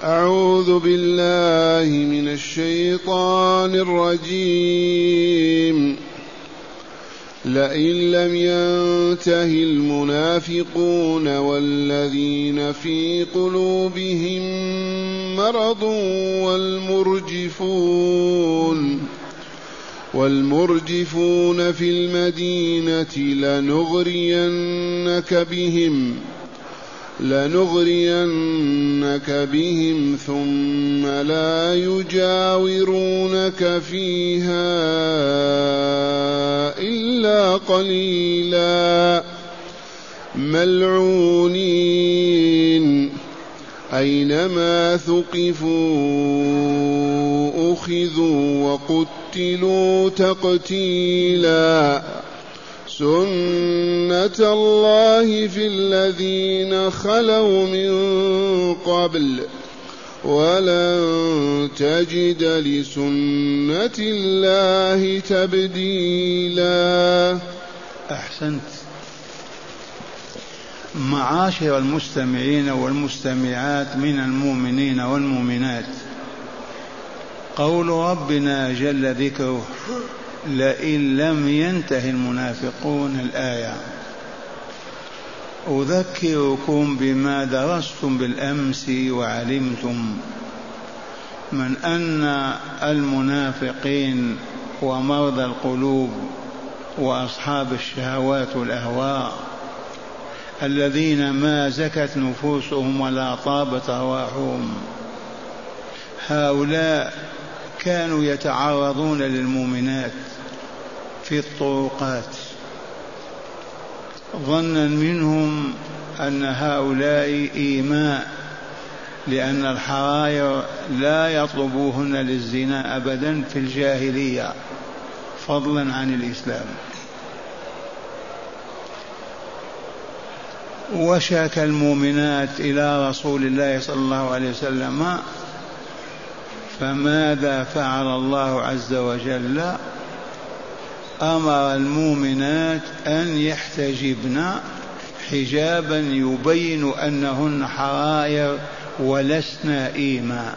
أعوذ بالله من الشيطان الرجيم. لئن لم ينته المنافقون والذين في قلوبهم مرض والمرجفون في المدينة لنغرينك بهم ثم لا يجاورونك فيها إلا قليلا ملعونين أينما ثقفوا أخذوا وقتلوا تقتيلا سنة الله في الذين خلوا من قبل ولن تجد لسنة الله تبديلا. أحسنت. معاشر المستمعين والمستمعات من المؤمنين والمؤمنات، قول ربنا جل ذكره لئن لم ينته المنافقون، الآية أذكركم بما درستم بالأمس وعلمتم من أن المنافقين ومرضى القلوب وأصحاب الشهوات والأهواء الذين ما زكت نفوسهم ولا طابت أرواحهم، هؤلاء كانوا يتعرضون للمؤمنات في الطرقات ظنا منهم أن هؤلاء إيماء، لأن الحراير لا يطلبوهن للزنا أبدا في الجاهلية فضلا عن الإسلام. وشاك المؤمنات إلى رسول الله صلى الله عليه وسلم، فماذا فعل الله عز وجل؟ أمر المؤمنات أن يحتجبن حجابا يبين أنهن حرائر ولسن إيماء،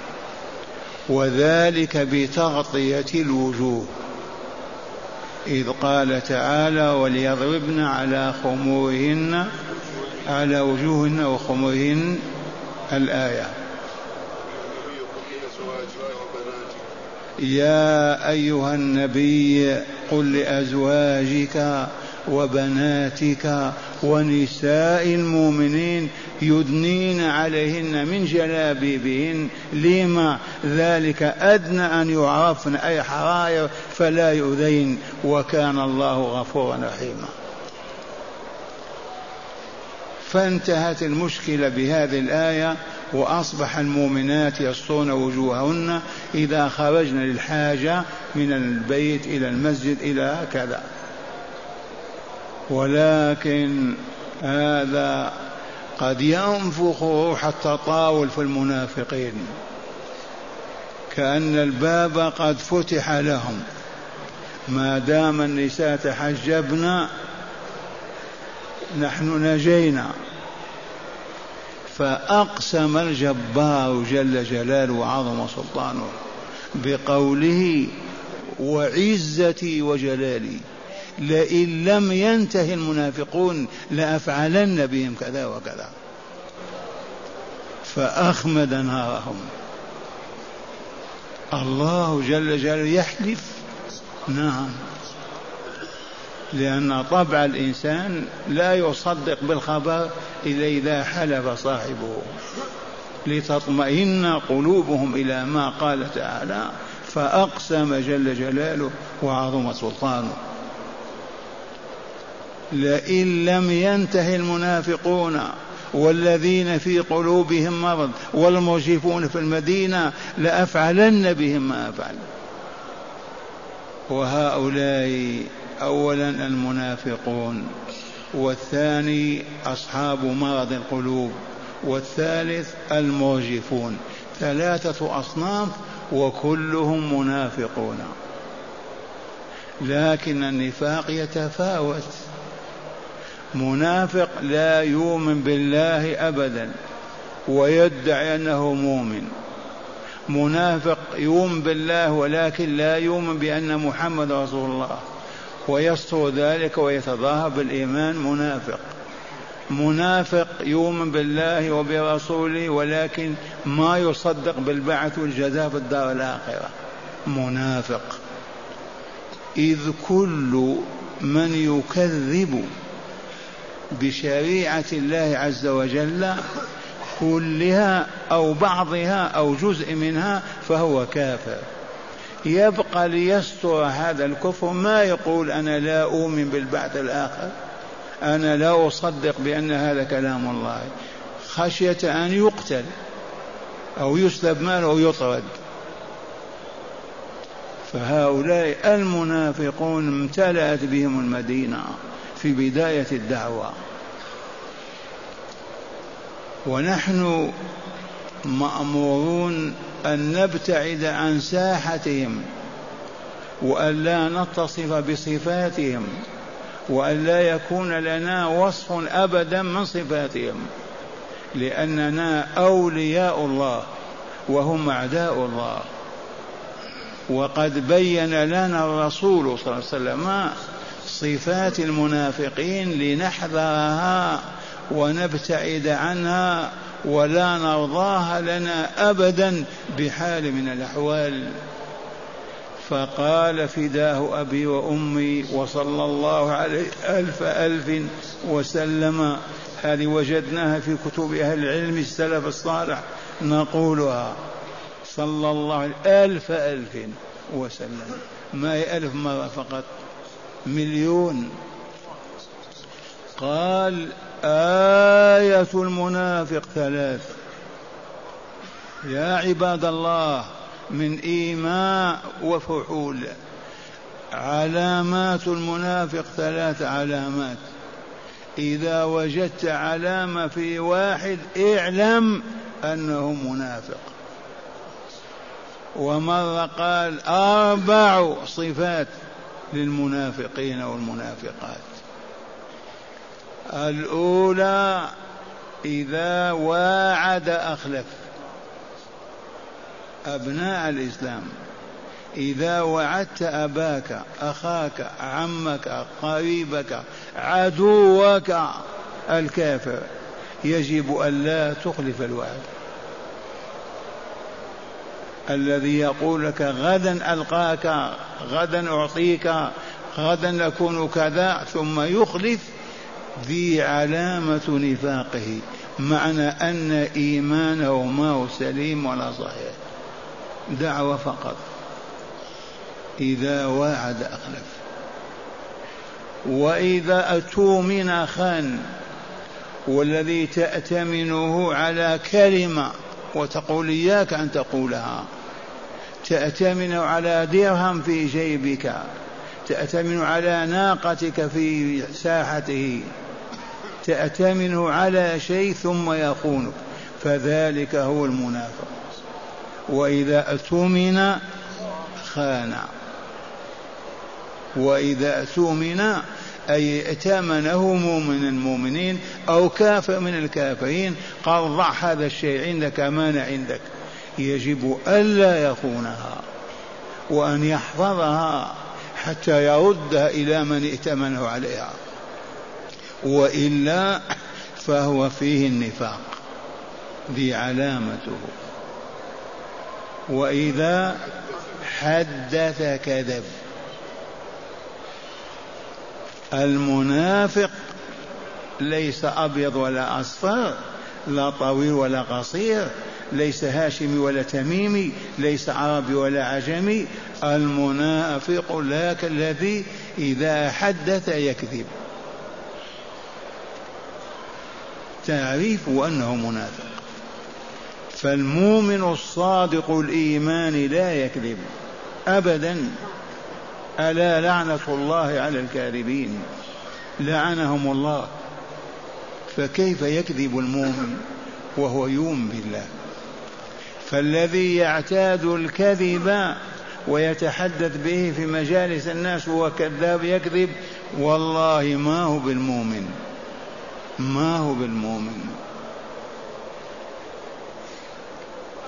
وذلك بتغطية الوجوه، إذ قال تعالى وليضربن على خمورهن على وجوههن وخمورهن، الآية. يا أيها النبي قل لأزواجك وبناتك ونساء المؤمنين يدنين عليهن من جلابيبهن، لما ذلك أدنى أن يعرفن أي حرائر فلا يؤذين، وكان الله غفورا رحيما. فانتهت المشكلة بهذه الآية، وأصبح المؤمنات يسطرن وجوههن إذا خرجن للحاجة من البيت إلى المسجد إلى كذا. ولكن هذا قد ينفخ روح التطاول في المنافقين، كأن الباب قد فتح لهم، ما دام النساء تحجبن نحن نجينا. فأقسم الجبار جل جلاله وعظم سلطانه بقوله وعزتي وجلالي لئن لم ينته المنافقون لأفعلن بهم كذا وكذا، فأخمد نارهم. الله جل جلاله يحلف، نعم، لأن طبع الإنسان لا يصدق بالخبر إلا إذا حلف صاحبه، لتطمئن قلوبهم إلى ما قال تعالى فأقسم جل جلاله وعظم سلطانه لئن لم ينته المنافقون والذين في قلوبهم مرض والمرجفون في المدينة لأفعلن بهم ما أفعل. وهؤلاء أولا المنافقون، والثاني أصحاب مرض القلوب، والثالث المرجفون، ثلاثة أصناف وكلهم منافقون. لكن النفاق يتفاوت، منافق لا يؤمن بالله أبدا ويدعي أنه مؤمن. منافق يؤمن بالله ولكن لا يؤمن بأن محمد رسول الله، ويستر ذلك ويتظاهر بالإيمان. منافق يؤمن بالله وبرسوله ولكن ما يصدق بالبعث والجزاء في الدار الآخرة، منافق. إذ كل من يكذب بشريعة الله عز وجل كلها أو بعضها أو جزء منها فهو كافر. يبقى ليستر هذا الكفر ما يقول أنا لا أؤمن بالبعث الآخر، أنا لا أصدق بأن هذا كلام الله، خشية أن يقتل أو يسلب ماله أو يطرد. فهؤلاء المنافقون امتلأت بهم المدينة في بداية الدعوة، ونحن مأمورون أن نبتعد عن ساحتهم وأن لا نتصف بصفاتهم وأن لا يكون لنا وصف أبدا من صفاتهم، لأننا أولياء الله وهم أعداء الله. وقد بين لنا الرسول صلى الله عليه وسلم صفات المنافقين لنحذرها ونبتعد عنها ولا نرضاها لنا أبدا بحال من الأحوال. فقال فداه أبي وأمي وصلى الله عليه ألف وسلم، هذه وجدناها في كتب أهل العلم السلف الصالح نقولها، صلى الله عليه ألف وسلم، ما هي 1000 مرة فقط، مليون. قال آية المنافق 3. يا عباد الله، من إيماء وفحول علامات المنافق 3 علامات. إذا وجدت علامة في واحد اعلم أنه منافق. ومرة قال 4 صفات للمنافقين والمنافقات. الأولى إذا واعد أخلف. أبناء الإسلام، إذا وعدت أباك أخاك عمك قريبك عدوك الكافر يجب أن لا تخلف الوعد. الذي يقول لك غدا ألقاك، غدا أعطيك، غدا نكون كذا ثم يخلف، ذي علامة نفاقه، معنى أن إيمانه ما هو سليم ولا صحيح، دعوة فقط. إذا واعد أخلف. وإذا أتومن خان، والذي تأتمنه على كلمة وتقول إياك أن تقولها، تأتمن على درهم في جيبك، تأتمن على ناقتك في ساحته، تأتمن على شيء ثم يخونك، فذلك هو المنافق. وإذا أتمن خان، وإذا أتمن أي ائتمنه مؤمن المؤمنين أو كافر من الكافرين، قال ضع هذا الشيء عندك أمانة عندك، يجب ألا يخونها وأن يحفظها حتى يردها إلى من ائتمنه عليها، وإلا فهو فيه النفاق، ذي علامته. وإذا حدث كذب. المنافق ليس أبيض ولا أصفر، لا طويل ولا قصير، ليس هاشمي ولا تميمي، ليس عربي ولا عجمي. المنافق ذاك الذي إذا حدث يكذب. تعريف أنه منافق. فالمؤمن الصادق الإيمان لا يكذب أبدا. ألا لعنة الله على الكاذبين، لعنهم الله. فكيف يكذب المؤمن وهو يؤمن بالله؟ فالذي يعتاد الكذب ويتحدث به في مجالس الناس وهو كذاب يكذب، والله ما هو بالمؤمن، ما هو بالمؤمن.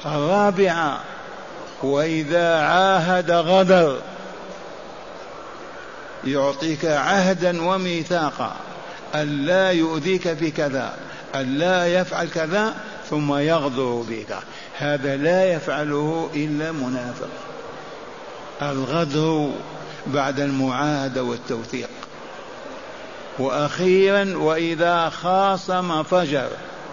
الرابعة وإذا عاهد غدر، يعطيك عهدا وميثاقا ألا يؤذيك في كذا، ألا يفعل كذا، ثم يغدر بك. هذا لا يفعله إلا منافق. الغدر بعد المعاهدة والتوثيق. وأخيرا وإذا خاصم فجر،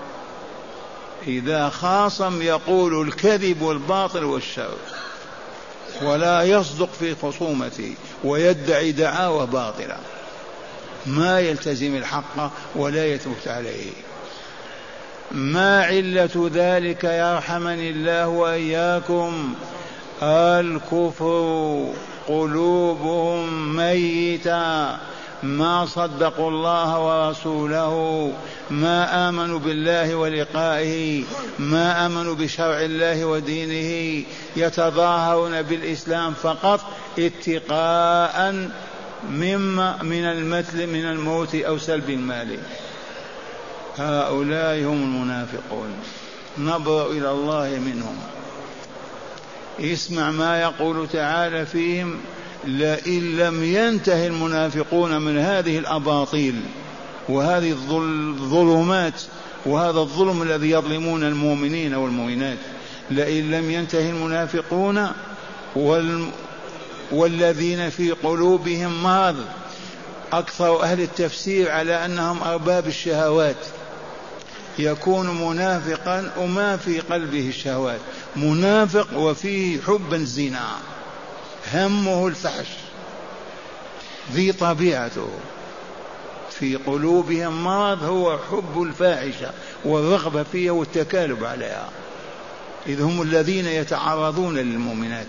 إذا خاصم يقول الكذب والباطل والشر ولا يصدق في خصومته ويدعي دعاوى باطلة، ما يلتزم الحق ولا يثبت عليه. ما علة ذلك يرحمني الله وإياكم؟ الكفر، قلوبهم ميتة، ما صدقوا الله ورسوله، ما آمنوا بالله ولقائه، ما آمنوا بشرع الله ودينه، يتظاهرون بالإسلام فقط اتقاء من الموت أو سلب المال. هؤلاء هم المنافقون، نبرأ إلى الله منهم. اسمع ما يقول تعالى فيهم: لئن لم ينتهي المنافقون من هذه الأباطيل وهذه الظلمات وهذا الظلم الذي يظلمون المؤمنين والمؤمنات، لئن لم ينتهي المنافقون والذين في قلوبهم مرض. أكثر أهل التفسير على أنهم أرباب الشهوات، يكون منافقا وما في قلبه الشهوات، منافق وفيه حب الزنا، همه الفحش، ذي طبيعته، في قلوبهم مرض هو حب الفاحشة والرغبة فيها والتكالب عليها، إذ هم الذين يتعرضون للمؤمنات.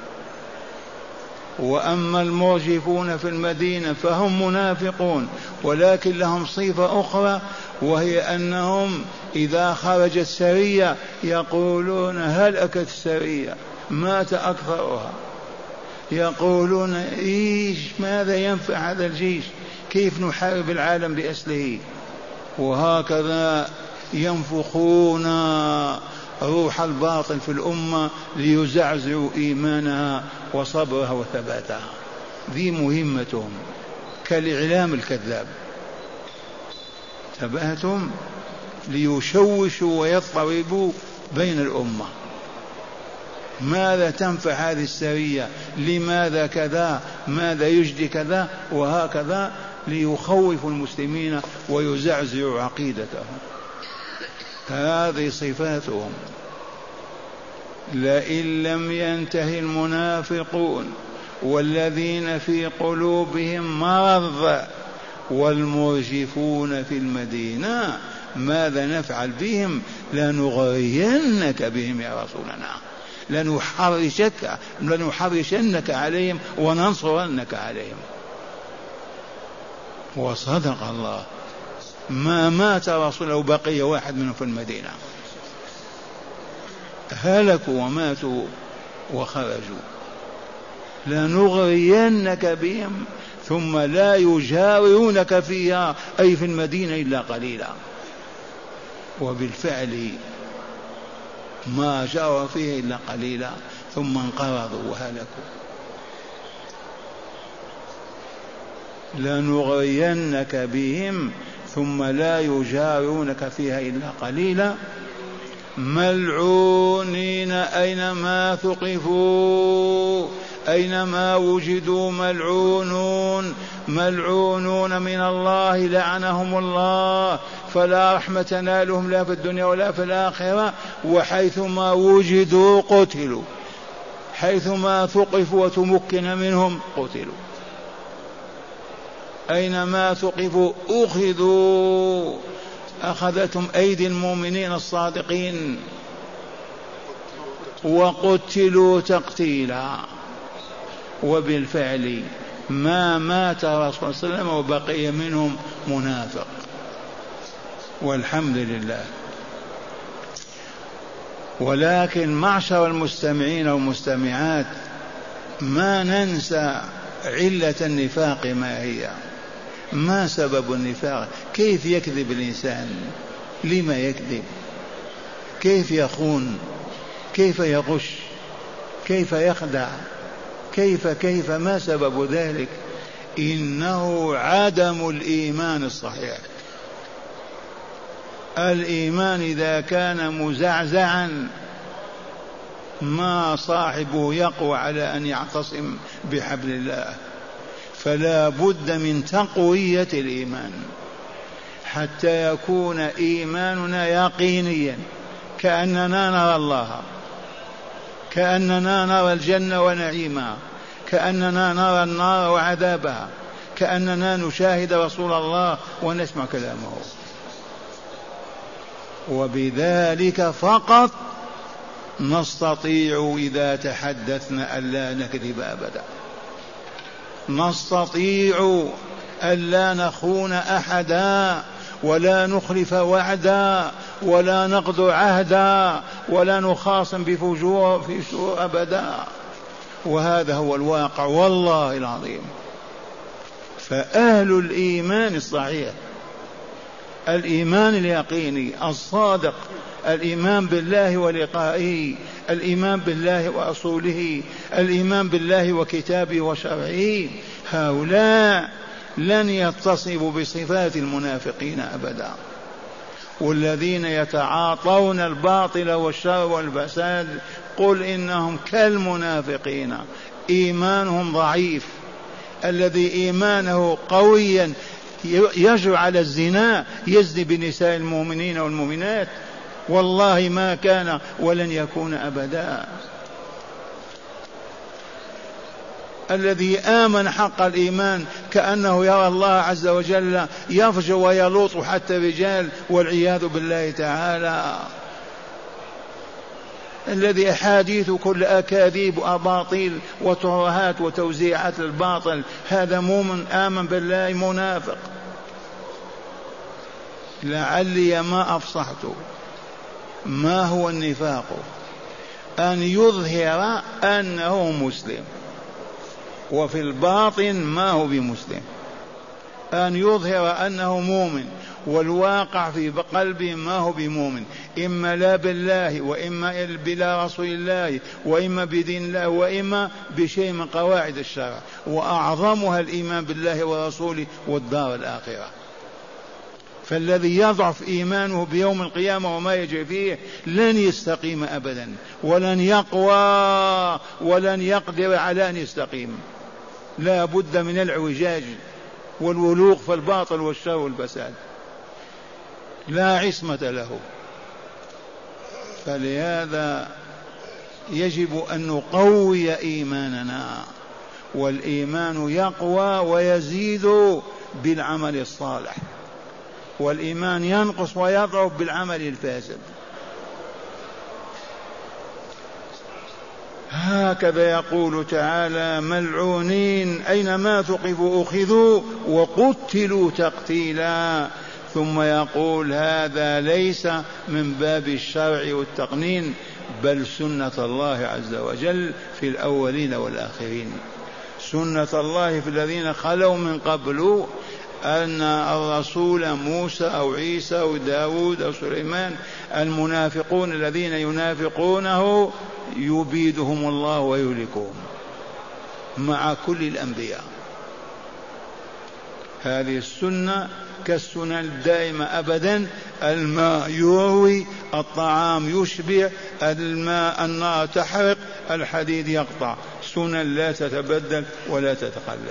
وأما المرجفون في المدينة فهم منافقون، ولكن لهم صفة أخرى، وهي أنهم إذا خرجت سرية يقولون هلكت السرية، مات أكثرها، يقولون إيش ماذا ينفع هذا الجيش، كيف نحارب العالم بأسله. وهكذا ينفخون روح الباطل في الأمة ليزعزعوا إيمانها وصبرها وثباتها. ذي مهمتهم، كالإعلام الكذاب، تبعتهم ليشوشوا ويضطربوا بين الأمة. ماذا تنفع هذه السرية، لماذا كذا، ماذا يجدي كذا، وهكذا ليخوفوا المسلمين ويزعزعوا عقيدتهم. هذه صفاتهم. لئن لم ينتهي المنافقون والذين في قلوبهم مرض والمرجفون في المدينة ماذا نفعل بهم؟ لنغرينك بهم يا رسولنا، لنحرشنك عليهم وننصرنك عليهم. وصدق الله، ما مات رسوله وبقي واحد منهم في المدينة، هلكوا وماتوا وخرجوا. لنغرينك بهم ثم لا يجاورونك فيها، أي في المدينة، إلا قليلا. وبالفعل ما جاور فيه إلا قليلا، ثم انقرضوا وهلكوا. لنغرينك بهم ثم لا يجاورونك فيها إلا قليلا. ملعونين أينما ثقفوا، أينما وجدوا ملعونون من الله، لعنهم الله، فلا رحمة نالهم لا في الدنيا ولا في الآخرة. وحيثما وجدوا قتلوا، حيثما ثقفوا وتمكن منهم قتلوا. أينما ثقفوا أخذوا، أخذتهم أيدي المؤمنين الصادقين وقتلوا تقتيلا. وبالفعل ما مات رسول الله صلى الله عليه وسلم وبقي منهم منافق، والحمد لله. ولكن معشر المستمعين والمستمعات، ما ننسى علة النفاق ما هي، ما سبب النفاق، كيف يكذب الإنسان، لما يكذب، كيف يخون، كيف يغش؟ كيف يخدع؟ كيف ما سبب ذلك؟ إنه عدم الإيمان الصحيح. الإيمان إذا كان مزعزعا ما صاحبه يقوى على أن يعتصم بحبل الله، فلا بد من تقوية الإيمان حتى يكون إيماننا يقينيا، كأننا نرى الله، كأننا نرى الجنة ونعيمها، كأننا نرى النار وعذابها، كأننا نشاهد رسول الله ونسمع كلامه. وبذلك فقط نستطيع إذا تحدثنا ألا نكذب أبدا، نستطيع ألا نخون أحدا ولا نخلف وعدا ولا نقضي عهدا ولا نخاصم بفجور في سوء أبدا. وهذا هو الواقع والله العظيم. فأهل الإيمان الصحيح، الإيمان اليقيني الصادق، الإيمان بالله ولقائه، الإيمان بالله ورسوله، الإيمان بالله وكتابه وشرعه، هؤلاء لن يتصفوا بصفات المنافقين أبدا. والذين يتعاطون الباطل والشر والفساد قل إنهم كالمنافقين، إيمانهم ضعيف. الذي إيمانه قويا يجرؤ على الزنا، يزني بنساء المؤمنين والمؤمنات، والله ما كان ولن يكون أبدا. الذي آمن حق الإيمان كأنه يرى الله عز وجل يفجر ويلوط حتى الرجال والعياذ بالله تعالى. الذي أحاديث كل أكاذيب وأباطيل وترهات وتوزيعات الباطل، هذا مؤمن آمن بالله منافق. لعلي ما أفصحت. ما هو النفاق؟ أن يظهر أنه مسلم وفي الباطن ما هو بمسلم، أن يظهر أنه مؤمن والواقع في قلبه ما هو بمؤمن، إما لا بالله وإما بلا رسول الله وإما بدين الله وإما بشيء من قواعد الشرع، وأعظمها الإيمان بالله ورسوله والدار الآخرة. فالذي يضعف إيمانه بيوم القيامة وما يجري فيه لن يستقيم أبدا، ولن يقوى ولن يقدر على أن يستقيم. لا بد من العوجاج والولوغ في الباطل والشر والفساد، لا عصمة له. فلهذا يجب أن نقوي إيماننا، والإيمان يقوى ويزيد بالعمل الصالح، والإيمان ينقص ويضعف بالعمل الفاسد. هكذا يقول تعالى: ملعونين أينما ثقفوا أخذوا وقتلوا تقتيلا. ثم يقول: هذا ليس من باب الشرع والتقنين، بل سنة الله عز وجل في الأولين والآخرين. سنة الله في الذين خلوا من قبل، أن الرسول موسى أو عيسى أو داود أو سليمان، المنافقون الذين ينافقونه يبيدهم الله ويهلكهم مع كل الأنبياء. هذه السنة كالسنة الدائمة أبدا: الماء يروي، الطعام يشبع، الماء النار تحرق، الحديد يقطع، سنة لا تتبدل ولا تتقلب.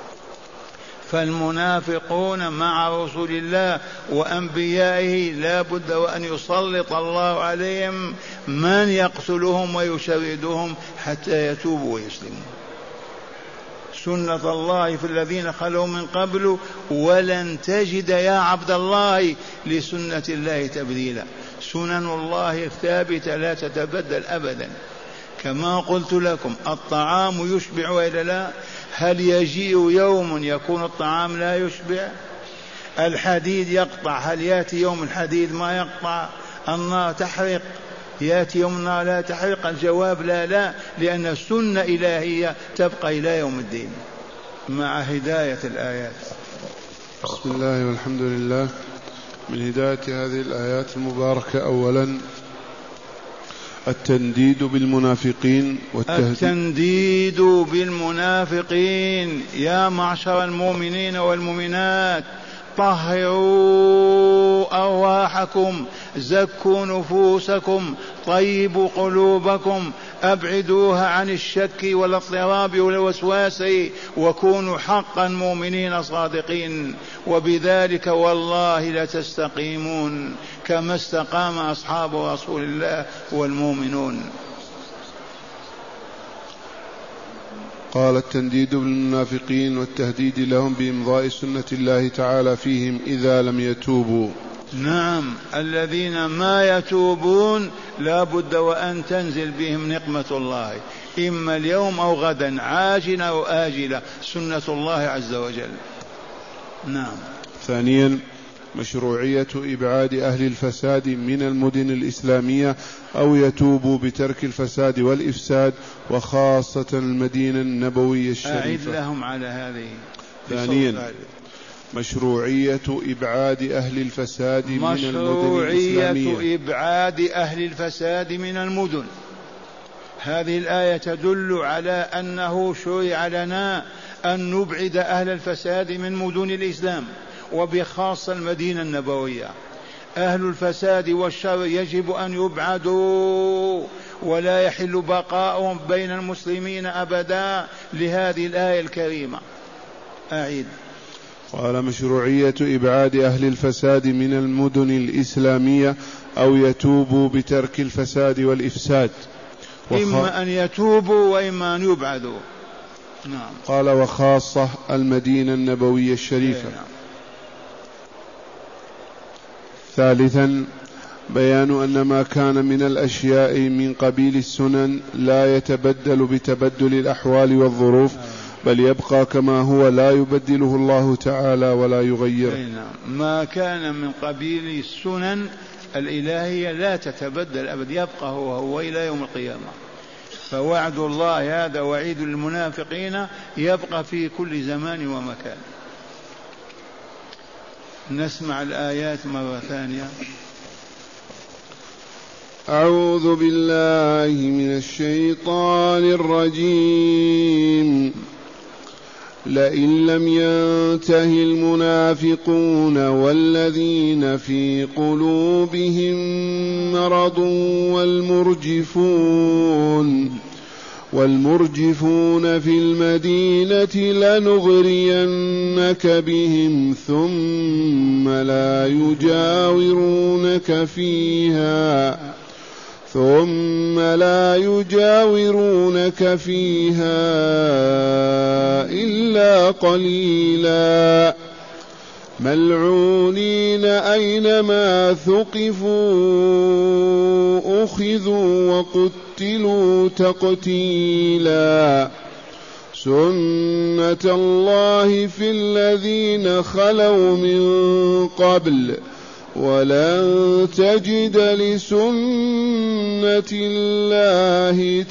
فالمنافقون مع رسول الله وأنبيائه لا بد وأن يسلط الله عليهم من يقتلهم ويشردهم حتى يتوبوا ويسلموا. سنة الله في الذين خلوا من قبل، ولن تجد يا عبد الله لسنة الله تبديلا. سنن الله الثابتة لا تتبدل أبدا. كما قلت لكم: الطعام يشبع وإلا لا؟ هل يجيء يوم يكون الطعام لا يشبع؟ الحديد يقطع، هل يأتي يوم الحديد ما يقطع؟ النار تحرق، يأتي يوم النار لا تحرق؟ الجواب لا، لأن السنة إلهية تبقى إلى يوم الدين مع هداية الآيات. بسم الله والحمد لله. من هداية هذه الآيات المباركة أولا التنديد بالمنافقين التنديد بالمنافقين. يا معشر المؤمنين والمؤمنات طهروا أرواحكم، زكوا نفوسكم، طيبوا قلوبكم، أبعدوها عن الشك والاضطراب والوسواس، وكونوا حقا مؤمنين صادقين، وبذلك والله لتستقيمون كما استقام أصحاب رسول الله والمؤمنون. قال التنديد بالمنافقين والتهديد لهم بإمضاء سنة الله تعالى فيهم إذا لم يتوبوا. نعم، الذين ما يتوبون لا بد وأن تنزل بهم نقمة الله، إما اليوم أو غدا، عاجلة أو آجلة، سنة الله عز وجل. نعم. ثانيا مشروعية إبعاد أهل الفساد من المدن الإسلامية أو يتوبوا بترك الفساد والإفساد، وخاصة المدينة النبوية الشريفة. أعد لهم على هذه. ثانيا مشروعية إبعاد أهل الفساد من المدن الإسلامية. مشروعية إبعاد أهل الفساد من المدن. هذه الآية تدل على أنه شرع لنا أن نبعد أهل الفساد من مدن الإسلام، وبخاصة المدينة النبوية. أهل الفساد والشر يجب أن يبعدوا، ولا يحل بقاؤهم بين المسلمين أبدا، لهذه الآية الكريمة. أعيد. قال مشروعية إبعاد أهل الفساد من المدن الإسلامية أو يتوبوا بترك الفساد والإفساد، إما أن يتوبوا وإما أن يبعدوا. نعم. قال وخاصة المدينة النبوية الشريفة. نعم. ثالثا بيان أن ما كان من الأشياء من قبيل السنن لا يتبدل بتبدل الأحوال والظروف، بل يبقى كما هو لا يبدله الله تعالى ولا يغيره. ما كان من قبيل السنن الإلهية لا تتبدل أبدا، يبقى هو إلى يوم القيامة. فوعد الله هذا وعيد المنافقين يبقى في كل زمان ومكان. نسمع الآيات مرة ثانية. أعوذ بالله من الشيطان الرجيم. لئن لم ينته المنافقون والذين في قلوبهم مرض والمرجفون في المدينة لنغرينك بهم ثم لا يجاورونك فيها إلا قليلا ملعونين أينما ثقفوا أخذوا وقتلوا تقتيلا سنة الله في الذين خلوا من قبل ولن تجد لسنة الله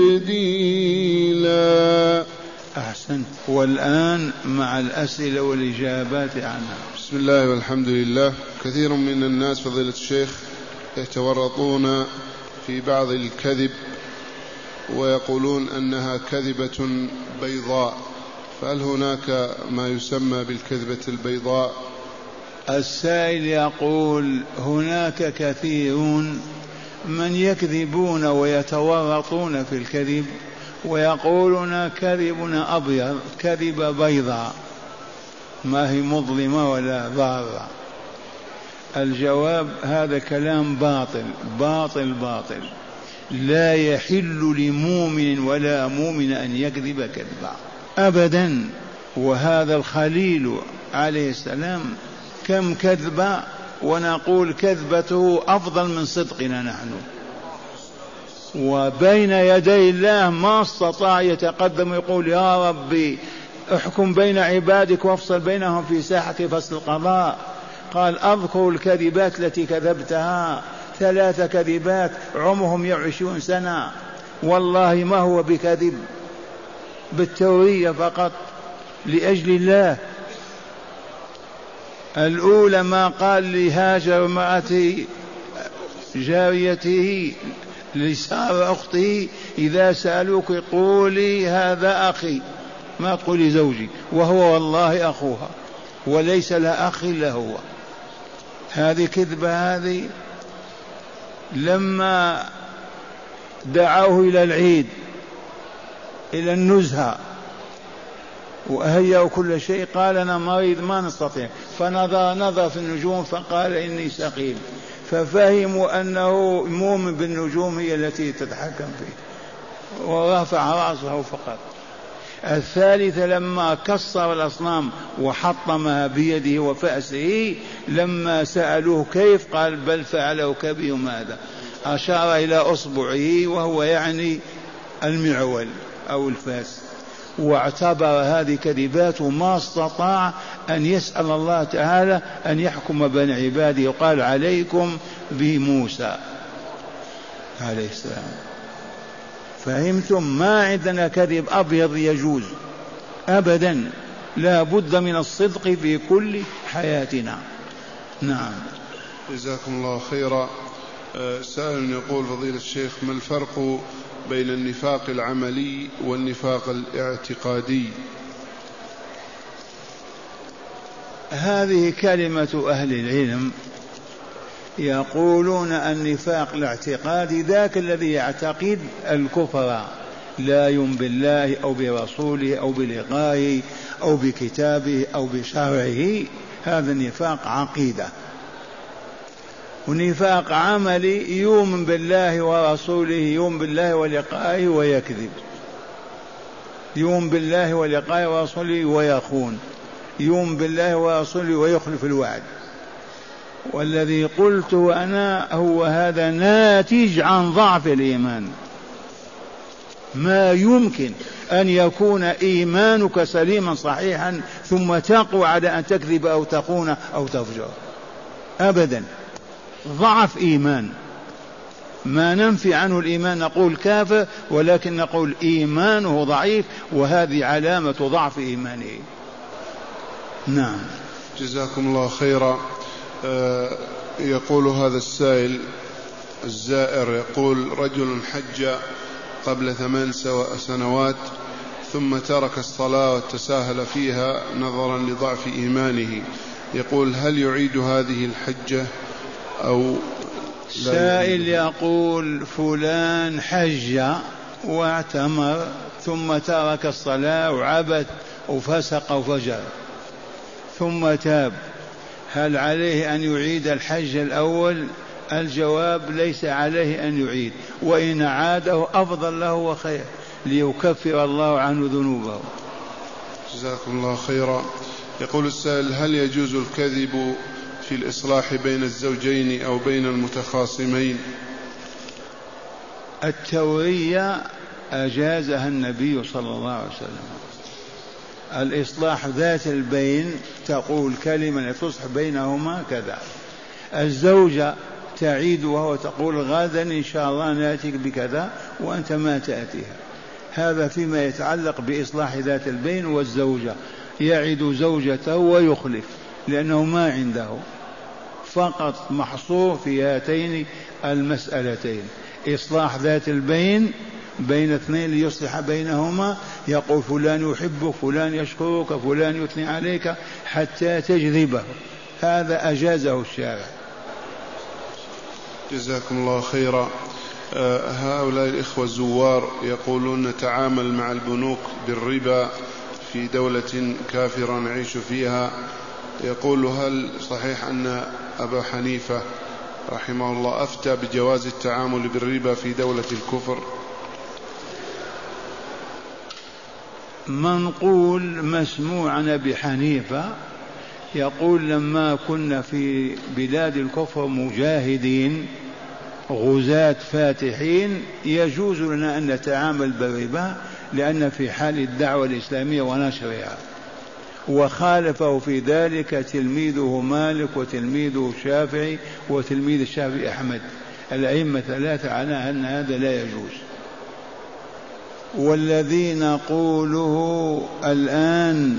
تبديلا. أحسنت. والآن مع الأسئلة والإجابات عنها. بسم الله والحمد لله. كثير من الناس فضيلة الشيخ يتورطون في بعض الكذب ويقولون أنها كذبة بيضاء، فهل هناك ما يسمى بالكذبة البيضاء؟ السائل يقول هناك كثيرون من يكذبون ويتورطون في الكذب ويقولون كذبنا أبيض، كذبة بيضاء ما هي مظلمة ولا ضارة. الجواب هذا كلام باطل باطل باطل، لا يحل لمؤمن ولا مؤمن أن يكذب كذبا أبدا. وهذا الخليل عليه السلام كم كذبة ونقول كذبته أفضل من صدقنا نحن، وبين يدي الله ما استطاع يتقدم يقول يا ربي احكم بين عبادك وافصل بينهم في ساحة فصل القضاء. قال أذكر الكذبات التي كذبتها، 3 كذبات عمرهم 120 سنة، والله ما هو بكذب، بالتورية فقط لأجل الله. الأولى ما قال لهاجر امرأة جاريته لسان أخته إذا سألوك قولي هذا أخي، ما تقولي زوجي، وهو والله أخوها وليس لا أخ إلا هو. هذه كذبة. هذه لما دعوه إلى العيد إلى النزهة وأهيأوا كل شيء قال أنا مريض ما نستطيع، فنظر في النجوم فقال إني سقيم، ففهموا أنه مؤمن بالنجوم هي التي تتحكم فيه ورفع رأسه فقط. الثالثة لما كسر الأصنام وحطمها بيده وفأسه لما سألوه كيف قال بل فعله كبيرهم هذا، أشار إلى أصبعه وهو يعني المعول أو الفاس، واعتبر هذه كذبات وما استطاع أن يسأل الله تعالى أن يحكم بين عباده، وقال عليكم بموسى عليه السلام. فهمتم؟ ما عندنا كذب أبيض يجوز أبدا، لا بد من الصدق في كل حياتنا. نعم. جزاكم الله خيرا. سائل يقول فضيلة الشيخ ما الفرق بين النفاق العملي والنفاق الاعتقادي؟ هذه كلمة أهل العلم، يقولون النفاق الاعتقادي ذاك الذي يعتقد الكفر لا يؤمن بالله أو برسوله أو بلقائه أو بكتابه أو بشرعه، هذا النفاق عقيدة. ونفاق عملي يؤمن بالله ورسوله، يؤمن بالله ولقائه ويكذب، يؤمن بالله ولقائه ورسوله ويخون، يؤمن بالله ورسوله ويخلف الوعد. والذي قلته أنا هو هذا ناتج عن ضعف الإيمان. ما يمكن أن يكون إيمانك سليما صحيحا ثم تقوى على أن تكذب أو تخون أو تفجر أبدا. ضعف إيمان، ما ننفي عنه الإيمان نقول كافر، ولكن نقول إيمانه ضعيف، وهذه علامة ضعف إيمانه. نعم. جزاكم الله خيرا. يقول هذا السائل الزائر، يقول رجل حج قبل 8 سنوات ثم ترك الصلاة وتساهل فيها نظرا لضعف إيمانه، يقول هل يعيد هذه الحجة أو لا؟ سائل يقول فلان حج واعتمر ثم ترك الصلاة وعبد وفسق وفجر ثم تاب، هل عليه أن يعيد الحج الأول؟ الجواب ليس عليه أن يعيد، وإن عاده أفضل له وخير ليكفر الله عنه ذنوبه. جزاكم الله خيرا. يقول السائل هل يجوز الكذب في الإصلاح بين الزوجين أو بين المتخاصمين؟ التورية أجازها النبي صلى الله عليه وسلم. الإصلاح ذات البين تقول كلمة تصلح بينهما كذا، الزوجة تعيدها وتقول غدا إن شاء الله نأتيك بكذا وأنت ما تأتيها. هذا فيما يتعلق بإصلاح ذات البين. والزوجة يعد زوجته ويخلف لأنه ما عنده، فقط محصور في هاتين المسألتين: إصلاح ذات البين بين اثنين ليصلح بينهما، يقول فلان يحبك، فلان يشكرك، فلان يثني عليك حتى تجذبه، هذا أجازه الشارع. جزاكم الله خيرا. هؤلاء الإخوة الزوار يقولون نتعامل مع البنوك بالربا في دولة كافرة نعيش فيها، يقول هل صحيح أن أبا حنيفة رحمه الله أفتى بجواز التعامل بالربا في دولة الكفر؟ منقول مسموع عن أبي حنيفة يقول لما كنا في بلاد الكفر مجاهدين غزاة فاتحين يجوز لنا أن نتعامل بالربا لأن في حال الدعوة الإسلامية ونشرها. وخالفه في ذلك تلميذه مالك وتلميذه الشافعي وتلميذ الشافعي أحمد، الأئمة 3 على أن هذا لا يجوز. والذي نقوله الآن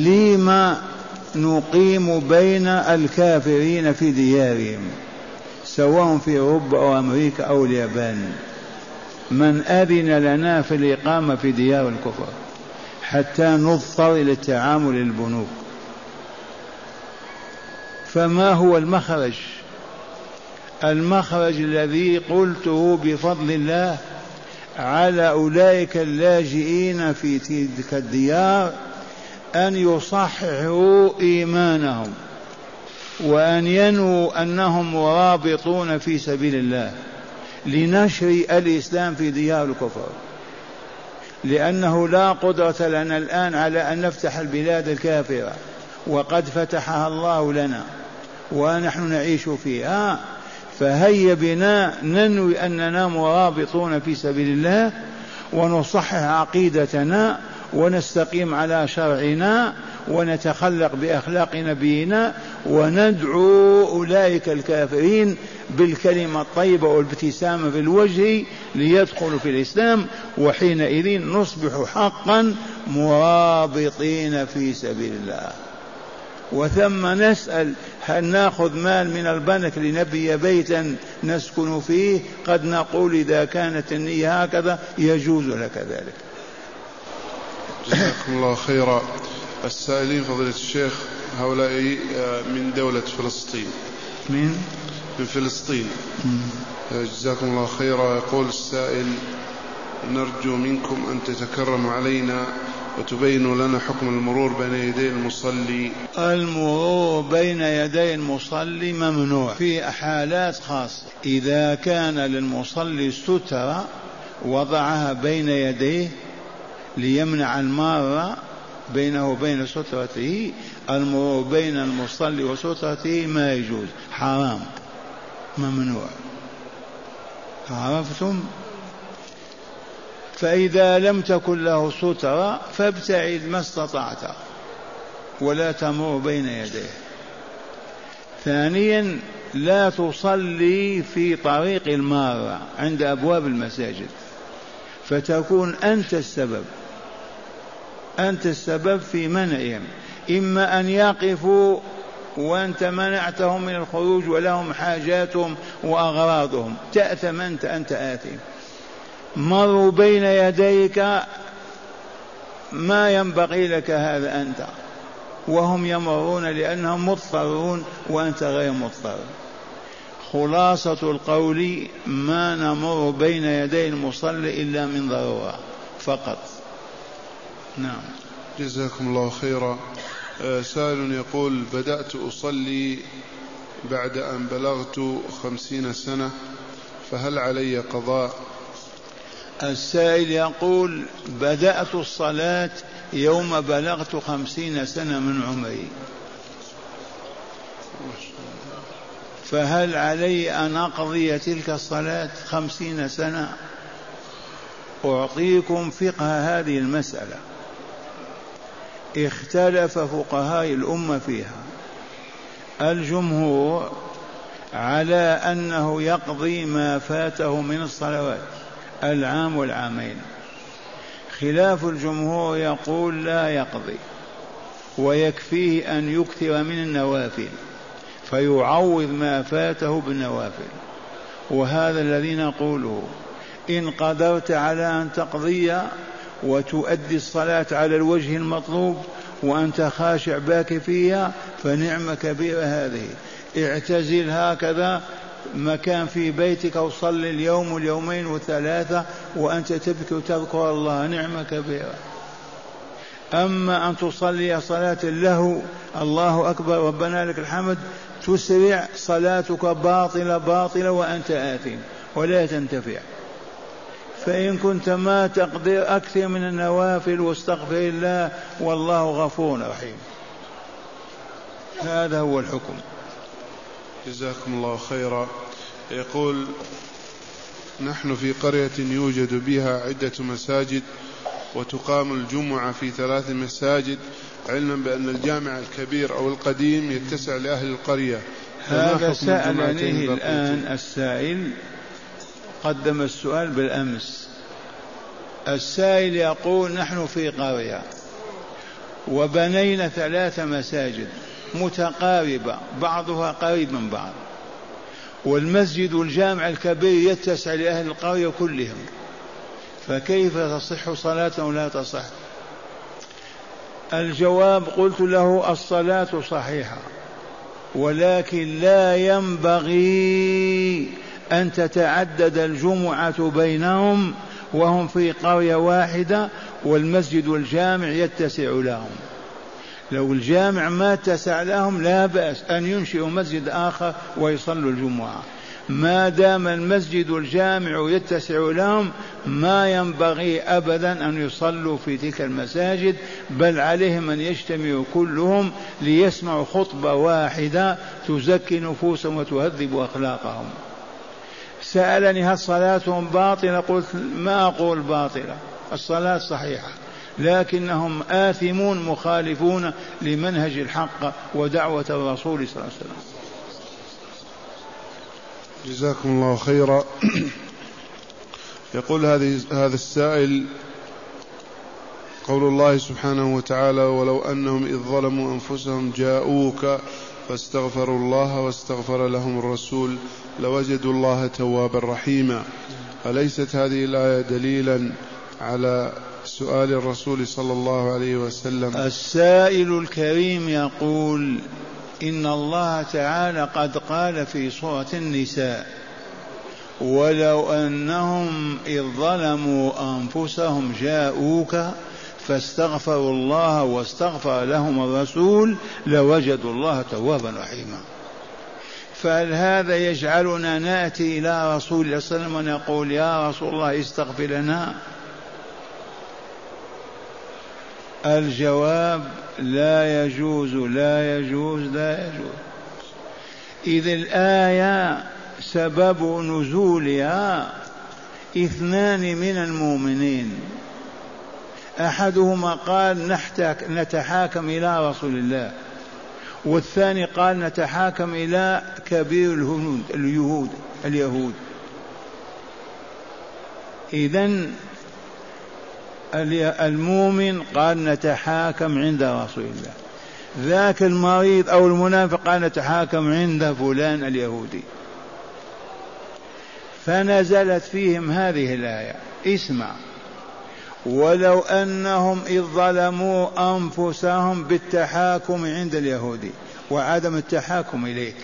لما نقيم بين الكافرين في ديارهم، سواء في أوروبا أو أمريكا أو اليابان، من أذن لنا في الإقامة في ديار الكفر حتى نضطر إلى التعامل للبنوك. فما هو المخرج؟ المخرج الذي قلته بفضل الله على أولئك اللاجئين في تلك الديار أن يصححوا إيمانهم وأن ينووا أنهم مرابطون في سبيل الله لنشر الإسلام في ديار الكفر، لأنه لا قدرة لنا الآن على أن نفتح البلاد الكافرة وقد فتحها الله لنا ونحن نعيش فيها. فهيا بنا ننوي أننا مرابطون في سبيل الله ونصحح عقيدتنا ونستقيم على شرعنا ونتخلق بأخلاق نبينا وندعو أولئك الكافرين بالكلمة الطيبة والابتسامة في الوجه ليدخلوا في الإسلام، وحينئذ نصبح حقا مرابطين في سبيل الله. وثم نسأل هل نأخذ مال من البنك لنبني بيتا نسكن فيه؟ قد نقول إذا كانت النية هكذا يجوز لك ذلك. جزاكم الله خيرا. السائلين فضيلة الشيخ هؤلاء من دولة فلسطين. من فلسطين. جزاكم الله خيرا. يقول السائل: نرجو منكم أن تتكرموا علينا وتبينوا لنا حكم المرور بين يدي المصلي. المرور بين يدي المصلي ممنوع في حالات خاصة، إذا كان للمصلي سترة وضعها بين يديه ليمنع المارة بينه وبين سترته، المرور بين المصلي وسترته ما يجوز، حرام ممنوع. عرفتم؟ فإذا لم تكن له سترة فابتعد ما استطعت ولا تمر بين يديه. ثانيا لا تصلي في طريق المارة عند أبواب المساجد، فتكون أنت السبب في منعهم، إما أن يقفوا وأنت منعتهم من الخروج ولهم حاجاتهم وأغراضهم، تأثم أنت آثم. مروا بين يديك ما ينبغي لك هذا أنت، وهم يمرون لأنهم مضطرون وأنت غير مضطر. خلاصة القول ما نمر بين يدي المصلي إلا من ضرورة فقط. نعم. جزاكم الله خيرا. سائل يقول: بدأت أصلي بعد أن بلغت 50 سنة، فهل علي قضاء؟ السائل يقول: بدأت الصلاة يوم بلغت 50 سنة من عمري، فهل علي أن أقضي تلك الصلاة 50 سنة؟ أعطيكم فقه هذه المسألة. اختلف فقهاء الأمة فيها. الجمهور على أنه يقضي ما فاته من الصلوات العام والعامين، خلاف الجمهور يقول لا يقضي ويكفيه أن يكثر من النوافل فيعوض ما فاته بالنوافل. وهذا الذي نقوله: إن قدرت على أن تقضي وتؤدي الصلاة على الوجه المطلوب وأنت خاشع باكي فيها فنعم كبيرة هذه. اعتزل هكذا مكان في بيتك وصلي اليوم واليومين والثلاثة وأنت تبكي وتذكر الله، نعمة كبيرة. أما أن تصلي صلاة له الله أكبر ربنا لك الحمد تسرع، صلاتك باطلة وأنت آثم ولا تنتفع. فإن كنت ما تقدر أكثر من النوافل واستغفر الله والله غفور رحيم. هذا هو الحكم. جزاكم الله خيرا. يقول: نحن في قرية يوجد بها عدة مساجد وتقام الجمعة في 3 مساجد، علما بأن الجامع الكبير أو القديم يتسع لأهل القرية. هذا سألنيه الآن السائل، قدم السؤال بالأمس. السائل يقول: نحن في قرية وبنينا 3 مساجد متقاربة بعضها قريب من بعض، والمسجد الجامع الكبير يتسع لأهل القرية كلهم، فكيف تصح صلاة لا تصح؟ الجواب قلت له الصلاة صحيحة، ولكن لا ينبغي أن تتعدد الجمعة بينهم وهم في قرية واحدة والمسجد الجامع يتسع لهم. لو الجامع ما اتسع لهم لا بأس أن ينشئوا مسجد آخر ويصلوا الجمعة. ما دام المسجد الجامع يتسع لهم ما ينبغي أبدا أن يصلوا في تلك المساجد، بل عليهم أن يجتمعوا كلهم ليسمعوا خطبة واحدة تزكي نفوسهم وتهذب أخلاقهم. سألني هل صلاتهم باطلة؟ قلت ما أقول باطلة، الصلاة صحيحة، لكنهم آثمون مخالفون لمنهج الحق ودعوة الرسول صلى الله عليه وسلم. جزاكم الله خيرا. يقول هذا السائل: قول الله سبحانه وتعالى: ولو أنهم إذ ظلموا أنفسهم جاءوك فاستغفروا الله واستغفر لهم الرسول لوجدوا الله توابا رحيما، أليست هذه الآية دليلا على سؤال الرسول صلى الله عليه وسلم؟ السائل الكريم يقول: إن الله تعالى قد قال في سورة النساء: ولو أنهم إذ ظلموا أنفسهم جاءوك فاستغفروا الله واستغفر لهم الرسول لوجدوا الله توابا رحيما. فهل هذا يجعلنا نأتي إلى رسول الله صلى الله عليه وسلم ونقول: يا رسول الله استغفر لنا؟ الجواب: لا يجوز لا يجوز لا يجوز. إذ الآية سبب نزولها اثنان من المؤمنين، أحدهما قال نتحاكم إلى رسول الله، والثاني قال نتحاكم إلى كبير اليهود. إذن المؤمن قال نتحاكم عند رسول الله، ذاك المريض أو المنافق قال نتحاكم عند فلان اليهودي. فنزلت فيهم هذه الآية، اسمع: ولو أنهم إذ ظلموا أنفسهم بالتحاكم عند اليهودي وعدم التحاكم إليك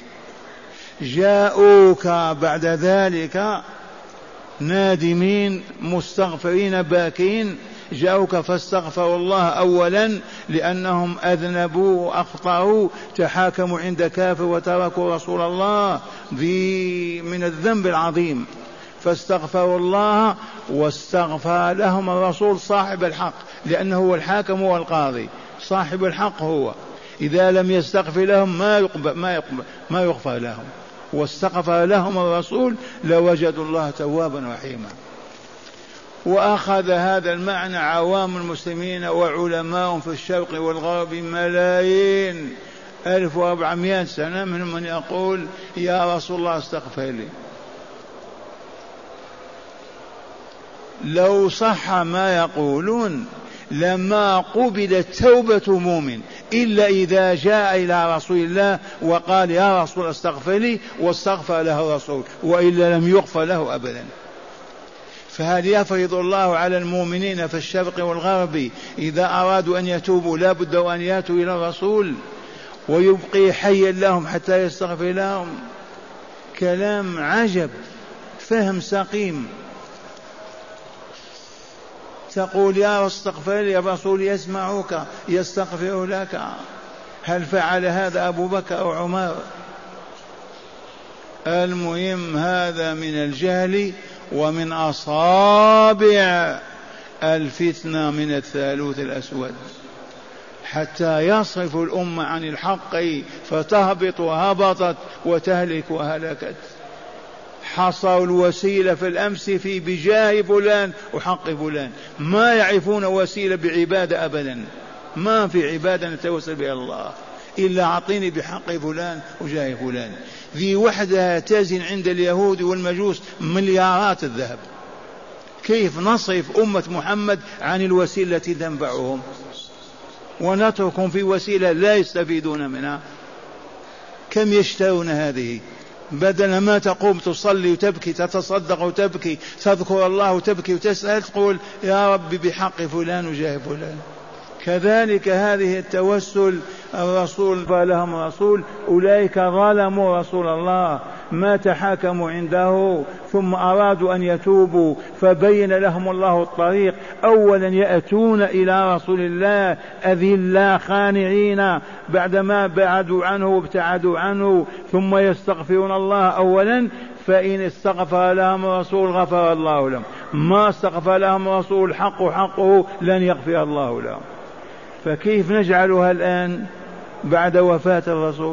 جاءوك بعد ذلك نادمين مستغفرين باكين، جاءوك فاستغفروا الله أولا لأنهم أذنبوا وأخطأوا، تحاكموا عند كافر وتركوا رسول الله من الذنب العظيم، فاستغفروا الله واستغفر لهم الرسول صاحب الحق، لأنه هو الحاكم والقاضي، صاحب الحق هو. إذا لم يستغفر لهم ما يغفر لهم، واستغفر لهم الرسول لوجدوا الله توابا رحيما. وأخذ هذا المعنى عوام المسلمين وعلماء في الشرق والغرب ملايين 1400 سنة، منهم من يقول: يا رسول الله استغفر لي. لو صح ما يقولون لما قبلت توبة مؤمن إلا إذا جاء إلى رسول الله وقال: يا رسول استغفر لي، واستغفر له الرسول، وإلا لم يغفر له أبدا. فهل يفرض الله على المؤمنين في الشرق والغرب إذا أرادوا أن يتوبوا لا بد أن يأتوا إلى الرسول ويبقي حيا لهم حتى يستغفر لهم؟ كلام عجب، فهم سقيم. تقول: يا استغفر لي، الرسول يسمعك يستغفر لك. هل فعل هذا أبو بكر أو عمر؟ المهم هذا من الجهل ومن أصابع الفتنة من الثالوث الأسود، حتى يصرف الأمة عن الحق فتهبط وهبطت وتهلك وهلكت. حصروا الوسيلة في الأمس في بجاه فلان وحق فلان، ما يعرفون وسيلة بعبادة أبدا، ما في عبادة نتوسل بها الله إلا أعطيني بحق فلان وجاه فلان. ذي وحدها تزن عند اليهود والمجوس مليارات الذهب. كيف نصرف أمة محمد عن الوسيلة التي تنفعهم ونتركهم في وسيلة لا يستفيدون منها؟ كم يشترون هذه؟ بدل ما تقوم تصلي وتبكي تتصدق وتبكي تذكر الله وتبكي وتسأل تقول يا رب بحق فلان وجاه فلان. كذلك هذه التوسل الرسول فلهم رسول أولئك ظلموا رسول الله ما تحاكموا عنده ثم أرادوا أن يتوبوا فبين لهم الله الطريق. أولا يأتون إلى رسول الله أذلا خانعين بعدما بعدوا عنه وابتعدوا عنه ثم يستغفرون الله أولا فإن استغفر لهم الرسول غفر الله لهم ما استغفر لهم الرسول حقه لن يغفر الله لهم. فكيف نجعلها الآن بعد وفاة الرسول؟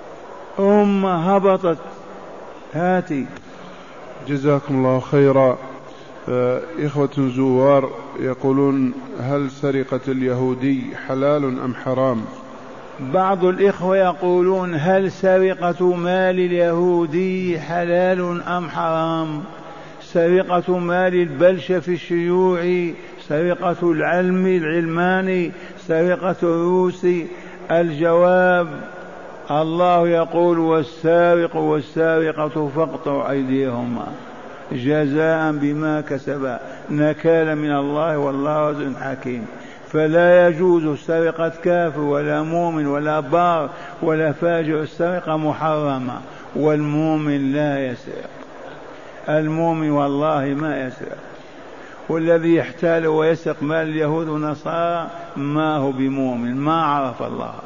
هبطت هاتي. جزاكم الله خيرا. إخوة زوار يقولون هل سرقة اليهودي حلال أم حرام؟ بعض الإخوة يقولون هل سرقة مال اليهودي حلال أم حرام؟ سرقة مال البلشف الشيوعي، سرقة العلماني، سرقة الروسي. الجواب الله يقول والسارق والسارقة فاقطعوا أيديهما جزاء بما كسبا نكالا من الله والله عزيز حكيم. فلا يجوز سرقة كافر ولا مؤمن ولا بار ولا فاجر. السرقة محرمة والمؤمن لا يسرق. المؤمن والله ما يسرق. والذي يحتال ويسرق مال اليهود والنصارى ما هو بمؤمن ما عرف الله.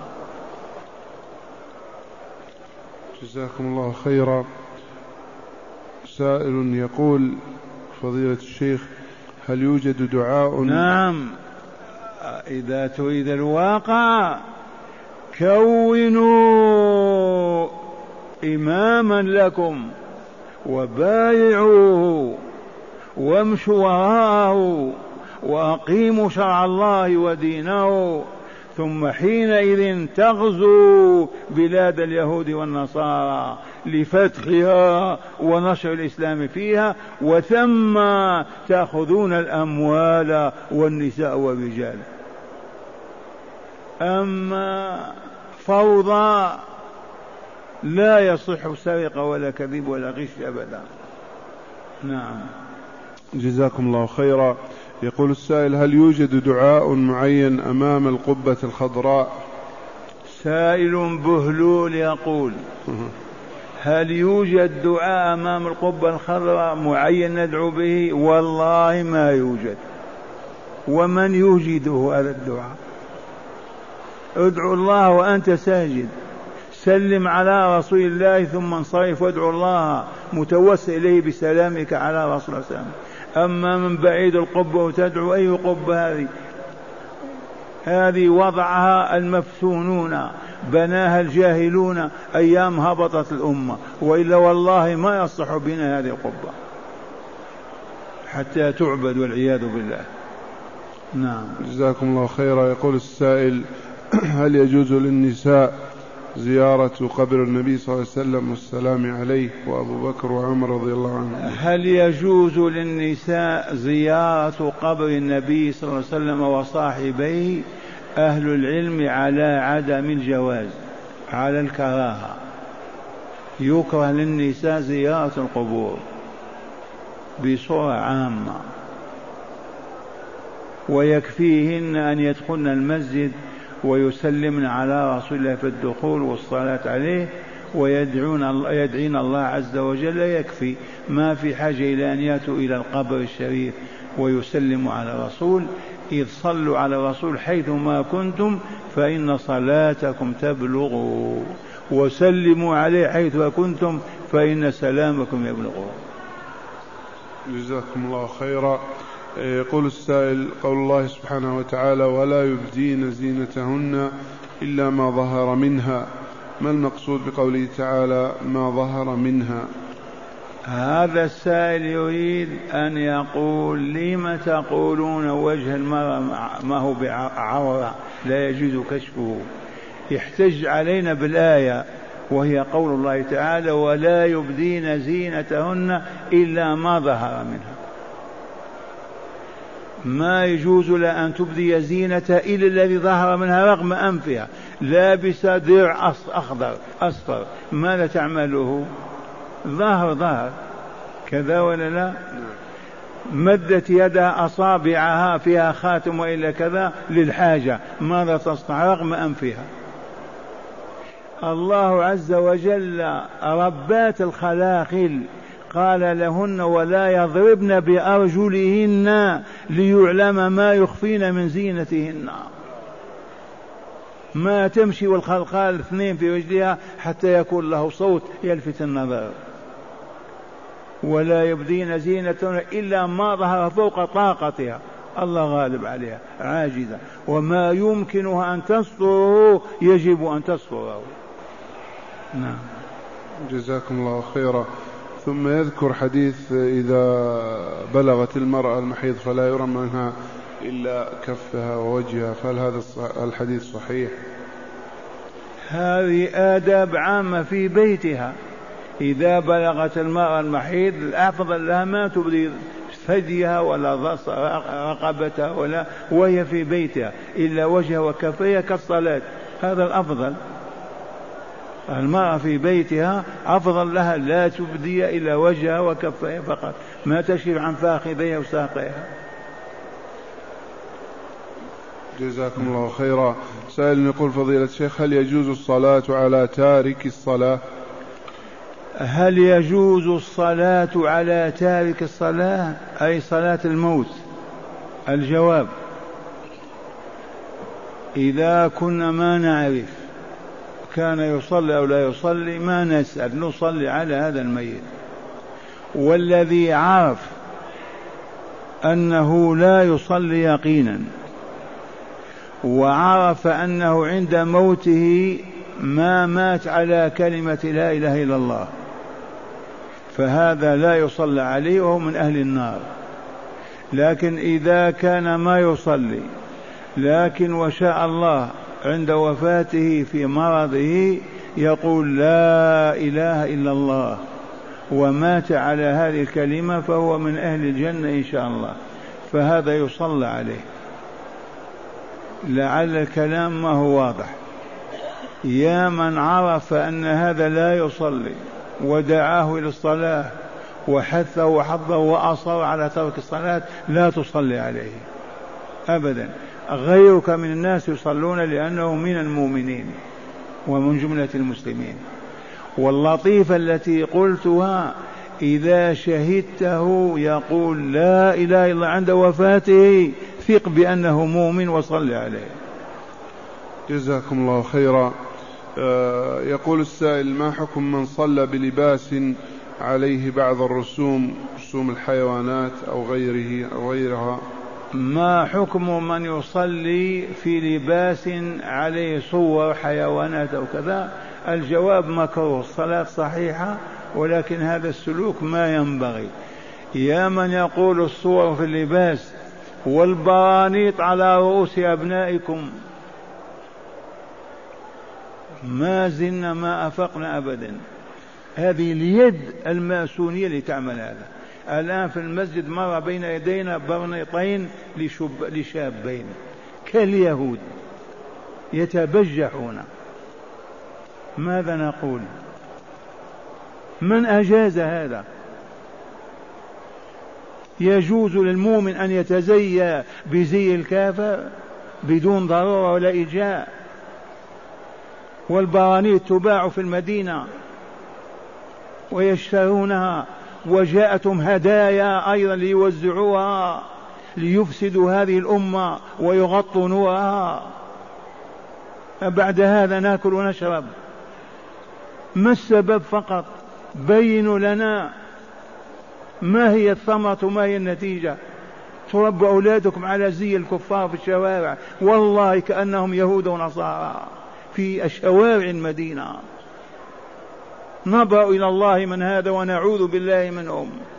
جزاكم الله خيرا. سائل يقول فضيلة الشيخ هل يوجد دعاء؟ نعم إذا تريد الواقع كونوا إماما لكم وبايعوه وامشوا وراءه وأقيموا شرع الله ودينه ثم حينئذ تغزو بلاد اليهود والنصارى لفتحها ونشر الإسلام فيها وثم تأخذون الأموال والنساء والرجال. أما فوضى لا يصح سرقة ولا كذب ولا غش أبدا. نعم. جزاكم الله خيرا. يقول السائل هل يوجد دعاء معين أمام القبة الخضراء؟ سائل بهلول يقول هل يوجد دعاء أمام القبة الخضراء معين ندعو به؟ والله ما يوجد. ومن يوجده هذا الدعاء؟ ادعو الله وأنت ساجد، سلم على رسول الله ثم انصرف وادعو الله متوسل إليه بسلامك على رسول الله. أما من بعيد القبة وتدعو أي قبة؟ هذه وضعها المفتونون بناها الجاهلون أيام هبطت الأمة، وإلا والله ما يصح بنا هذه القبة حتى تعبد والعياذ بالله. نعم. جزاكم الله خيرا. يقول السائل هل يجوز للنساء زيارة قبر النبي صلى الله عليه وسلم والسلام عليه وأبو بكر وعمر رضي الله عنهم؟ هل يجوز للنساء زيارة قبر النبي صلى الله عليه وسلم وصاحبيه؟ أهل العلم على عدم الجواز، على الكراهة. يكره للنساء زيارة القبور بصورة عامة، ويكفيهن أن يدخلن المسجد ويسلمن على رسول الله في الدخول والصلاة عليه ويدعين الله عز وجل، يكفي، ما في حاجة إلى أن يأتوا إلى القبر الشريف ويسلموا على الرسول. إذ صلوا على الرسول حيثما كنتم فإن صلاتكم تبلغوا، وسلموا عليه حيث كنتم فإن سلامكم يبلغه. جزاكم الله خيرا. يقول السائل قول الله سبحانه وتعالى ولا يبدين زينتهن إلا ما ظهر منها، ما المقصود بقوله تعالى ما ظهر منها؟ هذا السائل يريد أن يقول لم تقولون وجه المرأة ما هو بعورة لا يجوز كشفه؟ يحتج علينا بالآية وهي قول الله تعالى ولا يبدين زينتهن إلا ما ظهر منها. ما يجوز لها أن تبدي زينتها إلا الذي ظهر منها رغم أنفها، لابسة درع أخضر أصفر، ماذا تعمله؟ ظهر كذا ولا لا؟ مدت يدها أصابعها فيها خاتم وإلا كذا للحاجة، ماذا تصنع رغم أنفها؟ الله عز وجل ربات الخلاخل قال لهن ولا يضربن بأرجلهن ليعلم ما يخفين من زينتهن. ما تمشي والخلقال اثنين في رجلها حتى يكون له صوت يلفت النظر. ولا يبدين زينتهن إلا ما ظهر فوق طاقتها، الله غالب عليها عاجزة، وما يمكنها أن تستره يجب أن تستره. نعم. جزاكم الله خيرا. ثم يذكر حديث إذا بلغت المرأة المحيض فلا يرى منها إلا كفها ووجهها، فهل هذا الحديث صحيح؟ هذه آداب عامة في بيتها. إذا بلغت المرأة المحيض الأفضل لها ما تبدي ثديها ولا رقبتها ولا وهي في بيتها إلا وجهها وكفيها كالصلاة، هذا الأفضل. المرأة في بيتها أفضل لها لا تبدي إلا وجهها وكفيها فقط، ما تشف عن فاخذيها وساقيها. جزاكم الله خيرا. سائل يقول فضيلة الشيخ هل يجوز الصلاة على تارك الصلاة؟ هل يجوز الصلاة على تارك الصلاة أي صلاة الموت؟ الجواب إذا كنا ما نعرف كان يصلي أو لا يصلي ما نسأل، نصلي على هذا الميت. والذي عرف أنه لا يصلي يقينا وعرف أنه عند موته ما مات على كلمة لا إله إلا الله فهذا لا يصلى عليه وهو من أهل النار. لكن إذا كان ما يصلي لكن وشاء الله عند وفاته في مرضه يقول لا إله إلا الله ومات على هذه الكلمة فهو من أهل الجنة إن شاء الله، فهذا يصلى عليه. لعل الكلام ما هو واضح. يا من عرف أن هذا لا يصلي ودعاه إلى الصلاة وحثه وحضه وأصر على ترك الصلاة لا تصلي عليه أبدا. غيرك من الناس يصلون لأنه من المؤمنين ومن جملة المسلمين. واللطيفة التي قلتها إذا شهدته يقول لا إله إلا الله عند وفاته ثق بأنه مؤمن وصل عليه. جزاكم الله خيرا. يقول السائل ما حكم من صلى بلباس عليه بعض الرسوم، رسوم الحيوانات أو غيرها؟ ما حكم من يصلي في لباس عليه صور حيوانات أو كذا؟ الجواب مكروه، الصلاة صحيحة ولكن هذا السلوك ما ينبغي. يا من يقول الصور في اللباس والبرانيط على رؤوس أبنائكم، ما زلنا ما أفقنا أبدا. هذه اليد الماسونية اللي تعمل هذا. الآن في المسجد مر بين يدينا برنيطين لشابين كاليهود يتبجحون. ماذا نقول؟ من أجاز هذا؟ يجوز للمؤمن أن يتزيى بزي الكافر بدون ضرورة ولا إيجاء؟ والبرانيط تباع في المدينة ويشترونها، وجاءتهم هدايا أيضا ليوزعوها ليفسدوا هذه الأمة ويغطوا نورها. بعد هذا ناكل ونشرب. ما السبب؟ فقط بينوا لنا ما هي الثمرة وما هي النتيجة. تربوا أولادكم على زي الكفار في الشوارع، والله كأنهم يهود ونصارى في الشوارع المدينة. نبرأ إلى الله من هذا ونعوذ بالله منهم.